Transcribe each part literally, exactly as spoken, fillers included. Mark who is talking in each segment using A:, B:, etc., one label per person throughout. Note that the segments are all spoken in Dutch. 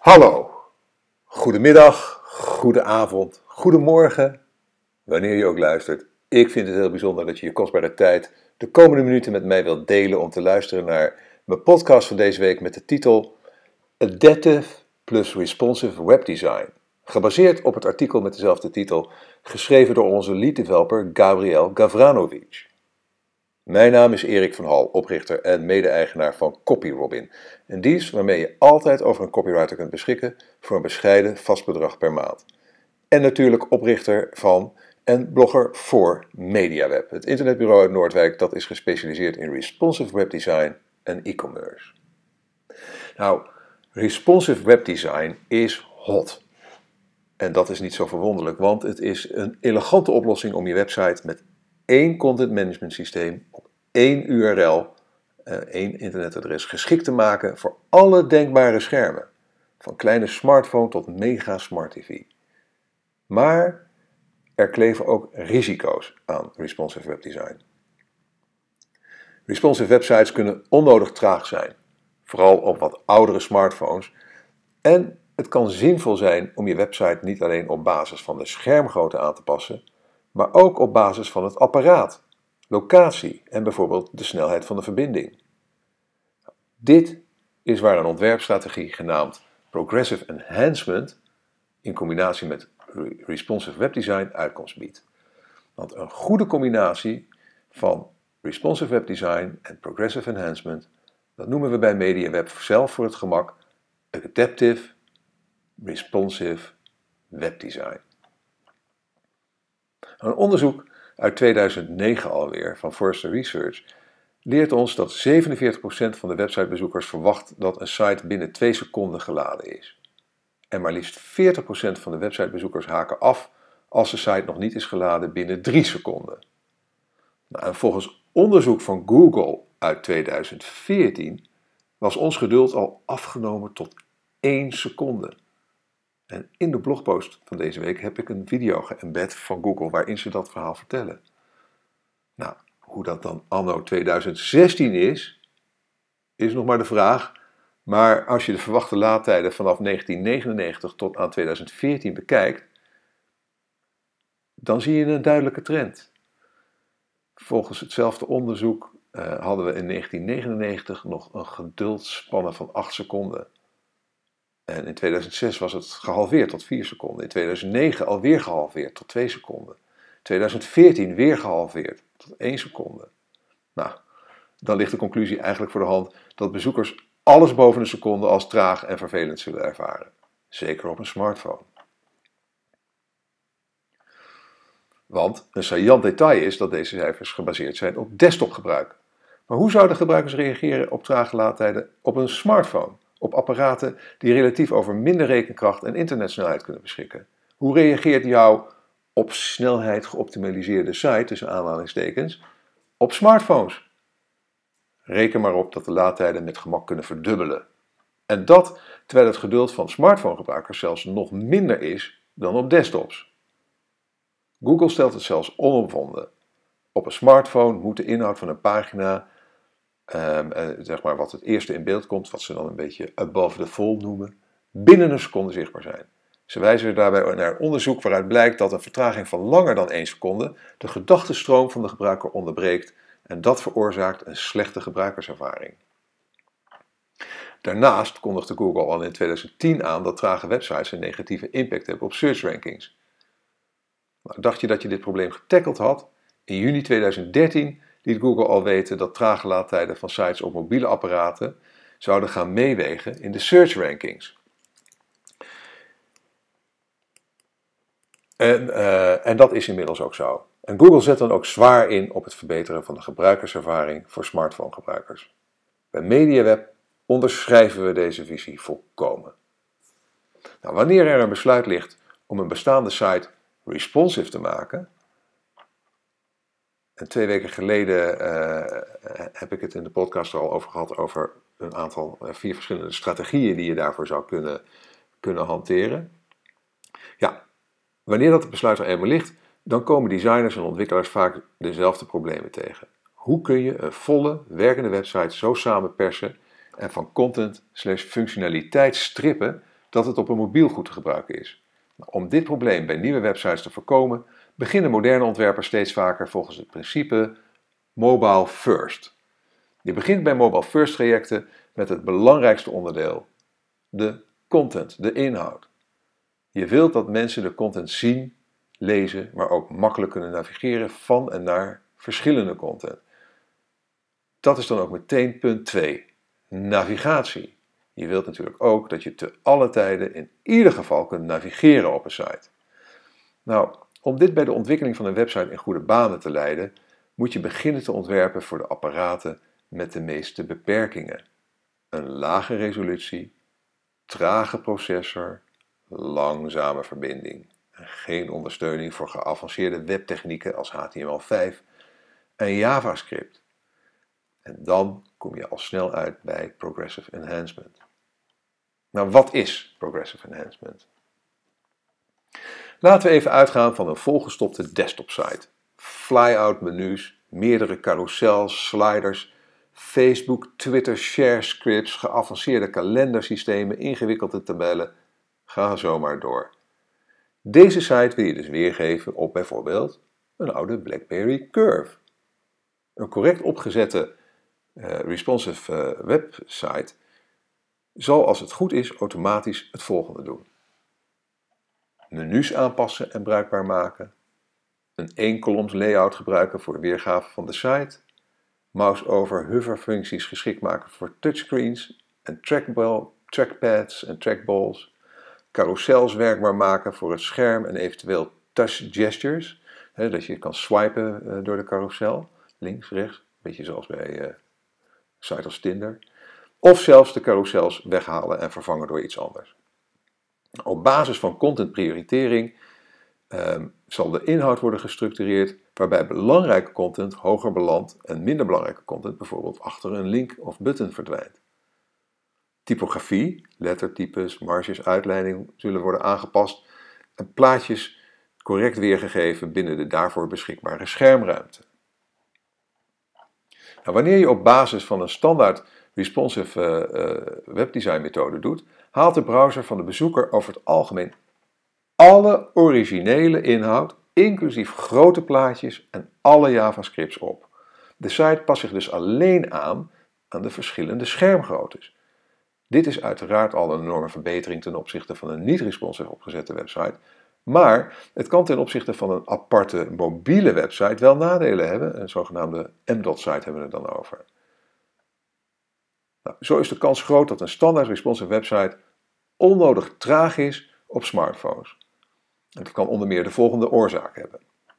A: Hallo, goedemiddag, goedenavond, goedemorgen, wanneer je ook luistert. Ik vind het heel bijzonder dat je je kostbare tijd de komende minuten met mij wilt delen om te luisteren naar mijn podcast van deze week met de titel Adaptive plus Responsive Webdesign. Gebaseerd op het artikel met dezelfde titel, geschreven door onze lead developer Gabriel Gavranovic. Mijn naam is Erik van Hal, oprichter en mede-eigenaar van CopyRobin. Een dienst waarmee je altijd over een copywriter kunt beschikken voor een bescheiden vast bedrag per maand. En natuurlijk oprichter van en blogger voor MediaWeb, het internetbureau uit Noordwijk dat is gespecialiseerd in responsive webdesign en e-commerce. Nou, responsive webdesign is hot. En dat is niet zo verwonderlijk, want het is een elegante oplossing om je website met één content management systeem op één U R L, eh, één internetadres, geschikt te maken voor alle denkbare schermen. Van kleine smartphone tot mega smart T V. Maar er kleven ook risico's aan responsive webdesign. Responsive websites kunnen onnodig traag zijn, vooral op wat oudere smartphones. En het kan zinvol zijn om je website niet alleen op basis van de schermgrootte aan te passen, maar ook op basis van het apparaat, locatie en bijvoorbeeld de snelheid van de verbinding. Dit is waar een ontwerpstrategie genaamd Progressive Enhancement in combinatie met responsive webdesign uitkomst biedt. Want een goede combinatie van responsive webdesign en progressive enhancement, dat noemen we bij MediaWeb zelf voor het gemak Adaptive Responsive Webdesign. Een onderzoek uit tweeduizend negen alweer van Forrester Research leert ons dat zevenenveertig procent van de websitebezoekers verwacht dat een site binnen twee seconden geladen is. En maar liefst veertig procent van de websitebezoekers haken af als de site nog niet is geladen binnen drie seconden. Nou, en volgens onderzoek van Google uit tweeduizend veertien was ons geduld al afgenomen tot één seconde. En in de blogpost van deze week heb ik een video geëmbed van Google waarin ze dat verhaal vertellen. Nou, hoe dat dan anno tweeduizend zestien is, is nog maar de vraag. Maar als je de verwachte laadtijden vanaf negentien negenennegentig tot aan tweeduizend veertien bekijkt, dan zie je een duidelijke trend. Volgens hetzelfde onderzoek uh, hadden we in negentien negenennegentig nog een geduldsspanne van acht seconden. En in tweeduizend zes was het gehalveerd tot vier seconden. In tweeduizend negen alweer gehalveerd tot twee seconden. tweeduizend veertien weer gehalveerd tot één seconde. Nou, dan ligt de conclusie eigenlijk voor de hand dat bezoekers alles boven een seconde als traag en vervelend zullen ervaren. Zeker op een smartphone. Want een saillant detail is dat deze cijfers gebaseerd zijn op desktopgebruik. Maar hoe zouden gebruikers reageren op trage laadtijden op een smartphone? Op apparaten die relatief over minder rekenkracht en internetsnelheid kunnen beschikken? Hoe reageert jouw op snelheid geoptimaliseerde site, tussen aanhalingstekens, op smartphones? Reken maar op dat de laadtijden met gemak kunnen verdubbelen. En dat terwijl het geduld van smartphonegebruikers zelfs nog minder is dan op desktops. Google stelt het zelfs onomwonden. Op een smartphone moet de inhoud van een pagina, eh, zeg maar wat het eerste in beeld komt, wat ze dan een beetje above the fold noemen, binnen een seconde zichtbaar zijn. Ze wijzen er daarbij naar onderzoek waaruit blijkt dat een vertraging van langer dan één seconde de gedachtenstroom van de gebruiker onderbreekt en dat veroorzaakt een slechte gebruikerservaring. Daarnaast kondigde Google al in tweeduizend tien aan dat trage websites een negatieve impact hebben op search rankings. Nou, dacht je dat je dit probleem getackeld had? In juni tweeduizend dertien liet Google al weten dat trage laadtijden van sites op mobiele apparaten zouden gaan meewegen in de search rankings. En, uh, en dat is inmiddels ook zo. En Google zet dan ook zwaar in op het verbeteren van de gebruikerservaring voor smartphonegebruikers. Bij MediaWeb onderschrijven we deze visie volkomen. Nou, wanneer er een besluit ligt om een bestaande site responsive te maken, en twee weken geleden uh, heb ik het in de podcast er al over gehad over een aantal, uh, vier verschillende strategieën die je daarvoor zou kunnen, kunnen hanteren. Ja, wanneer dat besluit er eenmaal ligt, dan komen designers en ontwikkelaars vaak dezelfde problemen tegen. Hoe kun je een volle, werkende website zo samenpersen en van content slash functionaliteit strippen dat het op een mobiel goed te gebruiken is. Om dit probleem bij nieuwe websites te voorkomen, beginnen moderne ontwerpers steeds vaker volgens het principe mobile first. Je begint bij mobile first trajecten met het belangrijkste onderdeel, de content, de inhoud. Je wilt dat mensen de content zien, lezen, maar ook makkelijk kunnen navigeren van en naar verschillende content. Dat is dan ook meteen punt twee, navigatie. Je wilt natuurlijk ook dat je te alle tijden in ieder geval kunt navigeren op een site. Nou, om dit bij de ontwikkeling van een website in goede banen te leiden, moet je beginnen te ontwerpen voor de apparaten met de meeste beperkingen. Een lage resolutie, trage processor, langzame verbinding en geen ondersteuning voor geavanceerde webtechnieken als H T M L vijf en JavaScript. En dan kom je al snel uit bij Progressive Enhancement. Nou, wat is Progressive Enhancement? Laten we even uitgaan van een volgestopte desktopsite. Fly-out menus, meerdere carousels, sliders, Facebook, Twitter, share scripts, geavanceerde kalendersystemen, ingewikkelde tabellen. Ga zo maar door. Deze site wil je dus weergeven op bijvoorbeeld een oude BlackBerry Curve. Een correct opgezette uh, responsive uh, website zal als het goed is automatisch het volgende doen. Menus aanpassen en bruikbaar maken. Een één-koloms layout gebruiken voor weergave van de site. Mouse-over hoverfuncties geschikt maken voor touchscreens en trackball, trackpads en trackballs. Carousels werkbaar maken voor het scherm en eventueel touch gestures. Hè, dat je kan swipen uh, door de carousel. Links, rechts. Een beetje zoals bij uh, site als Tinder. Of zelfs de carousels weghalen en vervangen door iets anders. Op basis van contentprioritering uh, zal de inhoud worden gestructureerd waarbij belangrijke content hoger belandt en minder belangrijke content bijvoorbeeld achter een link of button verdwijnt. Typografie, lettertypes, marges, uitleiding zullen worden aangepast en plaatjes correct weergegeven binnen de daarvoor beschikbare schermruimte. Nou, wanneer je op basis van een standaard responsive uh, uh, webdesign methode doet, haalt de browser van de bezoeker over het algemeen alle originele inhoud, inclusief grote plaatjes en alle JavaScripts op. De site past zich dus alleen aan aan de verschillende schermgroottes. Dit is uiteraard al een enorme verbetering ten opzichte van een niet-responsive opgezette website, maar het kan ten opzichte van een aparte mobiele website wel nadelen hebben. Een zogenaamde M dot site hebben we het dan over. Nou, zo is de kans groot dat een standaard responsive website onnodig traag is op smartphones. Het kan onder meer de volgende oorzaak hebben.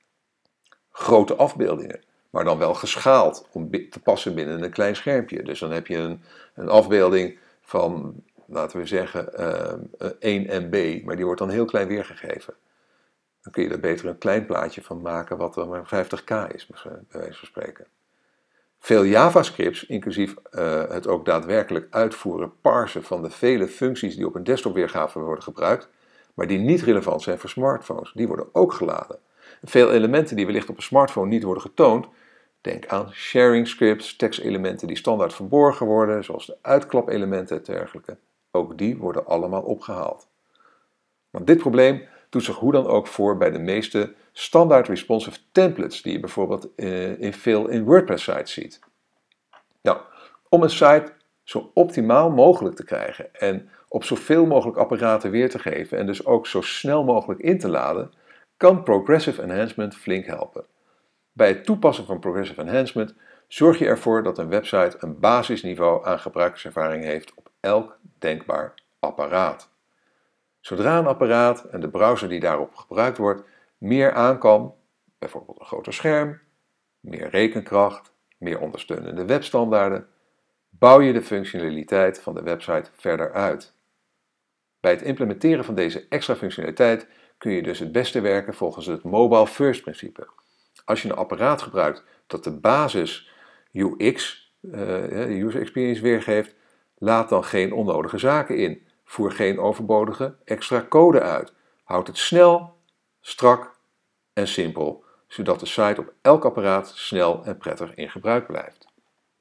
A: Grote afbeeldingen, maar dan wel geschaald om te passen binnen een klein schermpje. Dus dan heb je een, een afbeelding van, laten we zeggen, uh, één megabyte, maar die wordt dan heel klein weergegeven. Dan kun je er beter een klein plaatje van maken wat dan maar vijftig k is, bij wijze van spreken. Veel JavaScripts, inclusief uh, het ook daadwerkelijk uitvoeren, parsen van de vele functies die op een desktopweergave worden gebruikt, maar die niet relevant zijn voor smartphones, die worden ook geladen. Veel elementen die wellicht op een smartphone niet worden getoond, denk aan sharing scripts, tekstelementen die standaard verborgen worden, zoals de uitklapelementen en dergelijke. Ook die worden allemaal opgehaald. Want dit probleem doet zich hoe dan ook voor bij de meeste standaard responsive templates die je bijvoorbeeld in veel in WordPress sites ziet. Nou, om een site zo optimaal mogelijk te krijgen en op zoveel mogelijk apparaten weer te geven en dus ook zo snel mogelijk in te laden, kan Progressive Enhancement flink helpen. Bij het toepassen van Progressive Enhancement zorg je ervoor dat een website een basisniveau aan gebruikerservaring heeft op elk denkbaar apparaat. Zodra een apparaat en de browser die daarop gebruikt wordt meer aan kan, bijvoorbeeld een groter scherm, meer rekenkracht, meer ondersteunende webstandaarden, bouw je de functionaliteit van de website verder uit. Bij het implementeren van deze extra functionaliteit kun je dus het beste werken volgens het mobile first principe. Als je een apparaat gebruikt dat de basis U X, uh, user experience weergeeft, laat dan geen onnodige zaken in. Voer geen overbodige extra code uit. Houd het snel, strak en simpel, zodat de site op elk apparaat snel en prettig in gebruik blijft.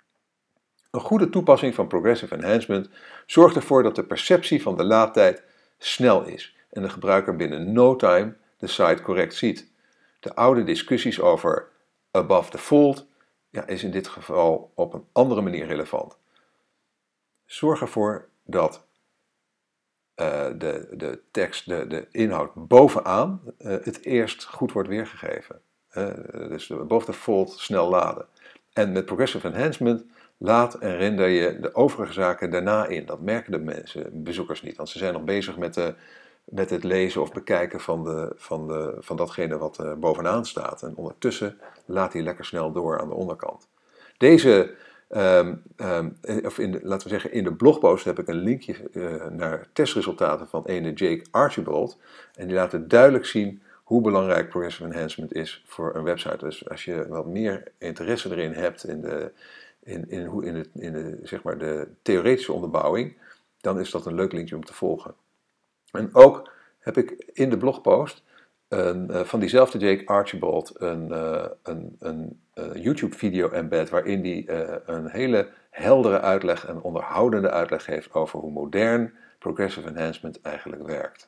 A: Een goede toepassing van Progressive Enhancement zorgt ervoor dat de perceptie van de laadtijd snel is en de gebruiker binnen no time de site correct ziet. De oude discussies over above the fold ja, is in dit geval op een andere manier relevant. Zorg ervoor dat uh, de, de tekst, de, de inhoud bovenaan uh, het eerst goed wordt weergegeven. Uh, dus de above the fold snel laden. En met progressive enhancement laat en render je de overige zaken daarna in. Dat merken de mensen, bezoekers niet, want ze zijn nog bezig met, de, met het lezen of bekijken van, de, van, de, van datgene wat er bovenaan staat. En ondertussen laat hij lekker snel door aan de onderkant. Deze, um, um, of in de, laten we zeggen, in de blogpost heb ik een linkje uh, naar testresultaten van ene Jake Archibald. En die laten duidelijk zien hoe belangrijk progressive enhancement is voor een website. Dus als je wat meer interesse erin hebt in de, in, in, in, in, de, in de, zeg maar de theoretische onderbouwing, dan is dat een leuk linkje om te volgen. En ook heb ik in de blogpost een, uh, van diezelfde Jake Archibald een, uh, een, een uh, YouTube-video embed waarin hij uh, een hele heldere uitleg en onderhoudende uitleg geeft over hoe modern progressive enhancement eigenlijk werkt.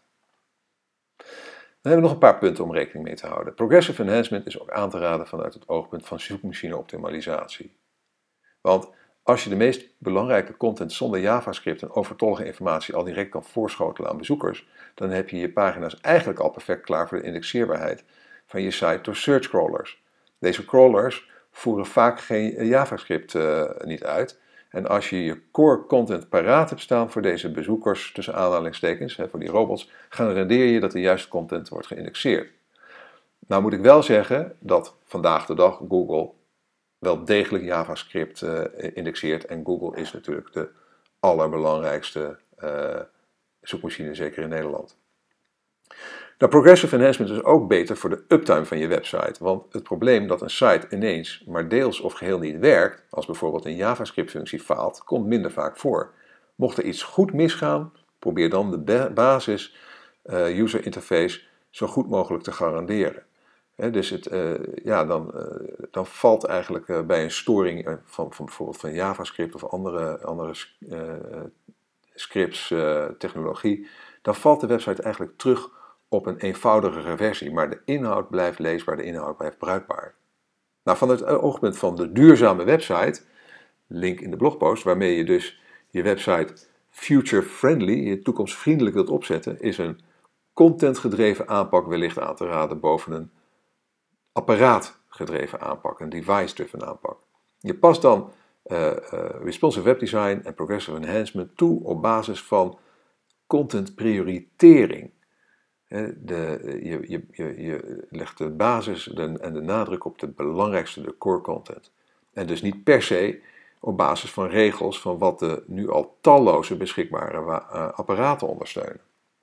A: Dan hebben we nog een paar punten om rekening mee te houden. Progressive enhancement is ook aan te raden vanuit het oogpunt van zoekmachine optimalisatie. Want als je de meest belangrijke content zonder JavaScript en overtollige informatie al direct kan voorschotelen aan bezoekers, dan heb je je pagina's eigenlijk al perfect klaar voor de indexeerbaarheid van je site door search crawlers. Deze crawlers voeren vaak geen JavaScript uh, niet uit. En als je je core content paraat hebt staan voor deze bezoekers, tussen aanhalingstekens, hè, voor die robots, garandeer je dat de juiste content wordt geïndexeerd. Nou moet ik wel zeggen dat vandaag de dag Google wel degelijk JavaScript uh, indexeert. En Google is natuurlijk de allerbelangrijkste uh, zoekmachine, zeker in Nederland. Nou, progressive enhancement is ook beter voor de uptime van je website. Want het probleem dat een site ineens maar deels of geheel niet werkt, als bijvoorbeeld een JavaScript-functie faalt, komt minder vaak voor. Mocht er iets goed misgaan, probeer dan de basis uh, user interface zo goed mogelijk te garanderen. He, dus het, uh, ja, dan, uh, dan valt eigenlijk uh, bij een storing uh, van, van bijvoorbeeld van JavaScript of andere, andere uh, scripts, uh, technologie, dan valt de website eigenlijk terug op een eenvoudigere versie, maar de inhoud blijft leesbaar, de inhoud blijft bruikbaar. Nou, van het oogpunt van de duurzame website, link in de blogpost, waarmee je dus je website future-friendly, je toekomstvriendelijk wilt opzetten, is een contentgedreven aanpak wellicht aan te raden boven een apparaatgedreven aanpak, een device-driven aanpak. Je past dan uh, uh, responsive webdesign en progressive enhancement toe op basis van content prioritering. De, je, je, je, je legt de basis de, en de nadruk op de belangrijkste, de core content. En dus niet per se op basis van regels van wat de nu al talloze beschikbare uh, apparaten ondersteunen.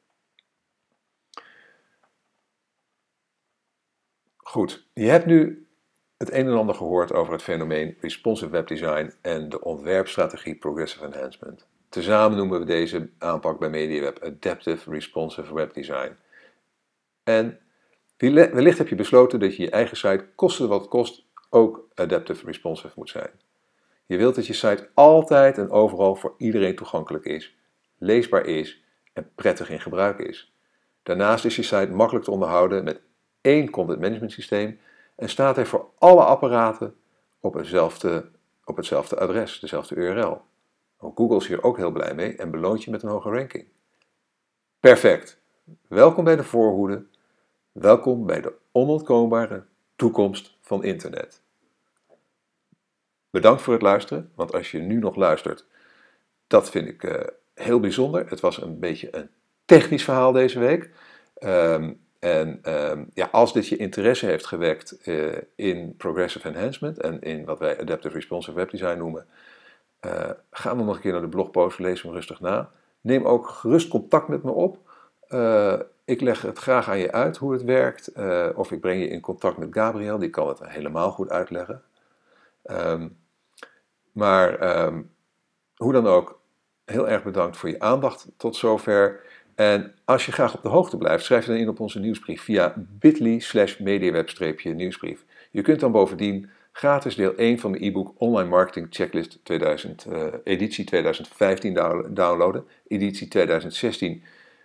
A: Goed, je hebt nu het een en ander gehoord over het fenomeen responsive webdesign en de ontwerpstrategie progressive enhancement. Tezamen noemen we deze aanpak bij MediaWeb Adaptive Responsive Webdesign. En wellicht heb je besloten dat je je eigen site, koste wat het kost, ook adaptive responsive moet zijn. Je wilt dat je site altijd en overal voor iedereen toegankelijk is, leesbaar is en prettig in gebruik is. Daarnaast is je site makkelijk te onderhouden met één content management systeem en staat hij voor alle apparaten op hetzelfde, op hetzelfde adres, dezelfde U R L. Google is hier ook heel blij mee en beloont je met een hoge ranking. Perfect! Welkom bij de voorhoede. Welkom bij de onontkoombare toekomst van internet. Bedankt voor het luisteren, want als je nu nog luistert, dat vind ik uh, heel bijzonder. Het was een beetje een technisch verhaal deze week. Um, en um, ja, als dit je interesse heeft gewekt uh, in progressive enhancement en in wat wij adaptive responsive webdesign noemen, uh, ga dan nog een keer naar de blogpost, lees hem rustig na. Neem ook gerust contact met me op. Uh, ik leg het graag aan je uit hoe het werkt, uh, of ik breng je in contact met Gabriel, die kan het helemaal goed uitleggen. Um, maar um, hoe dan ook, heel erg bedankt voor je aandacht tot zover. En als je graag op de hoogte blijft, schrijf je dan in op onze nieuwsbrief via bit.ly slash mediaweb-nieuwsbrief. Je kunt dan bovendien gratis deel één van mijn e-book Online Marketing Checklist tweeduizend, uh, editie tweeduizend vijftien downloaden, editie tweeduizend zestien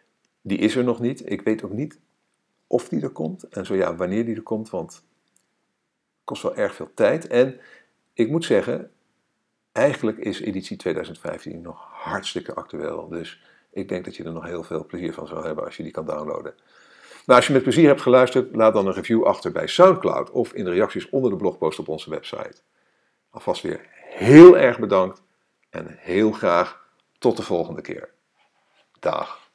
A: Die is er nog niet. Ik weet ook niet of die er komt. En zo ja, wanneer die er komt, want het kost wel erg veel tijd. En ik moet zeggen, eigenlijk is editie tweeduizend vijftien nog hartstikke actueel. Dus ik denk dat je er nog heel veel plezier van zal hebben als je die kan downloaden. Nou, als je met plezier hebt geluisterd, laat dan een review achter bij SoundCloud of in de reacties onder de blogpost op onze website. Alvast weer heel erg bedankt en heel graag tot de volgende keer. Dag.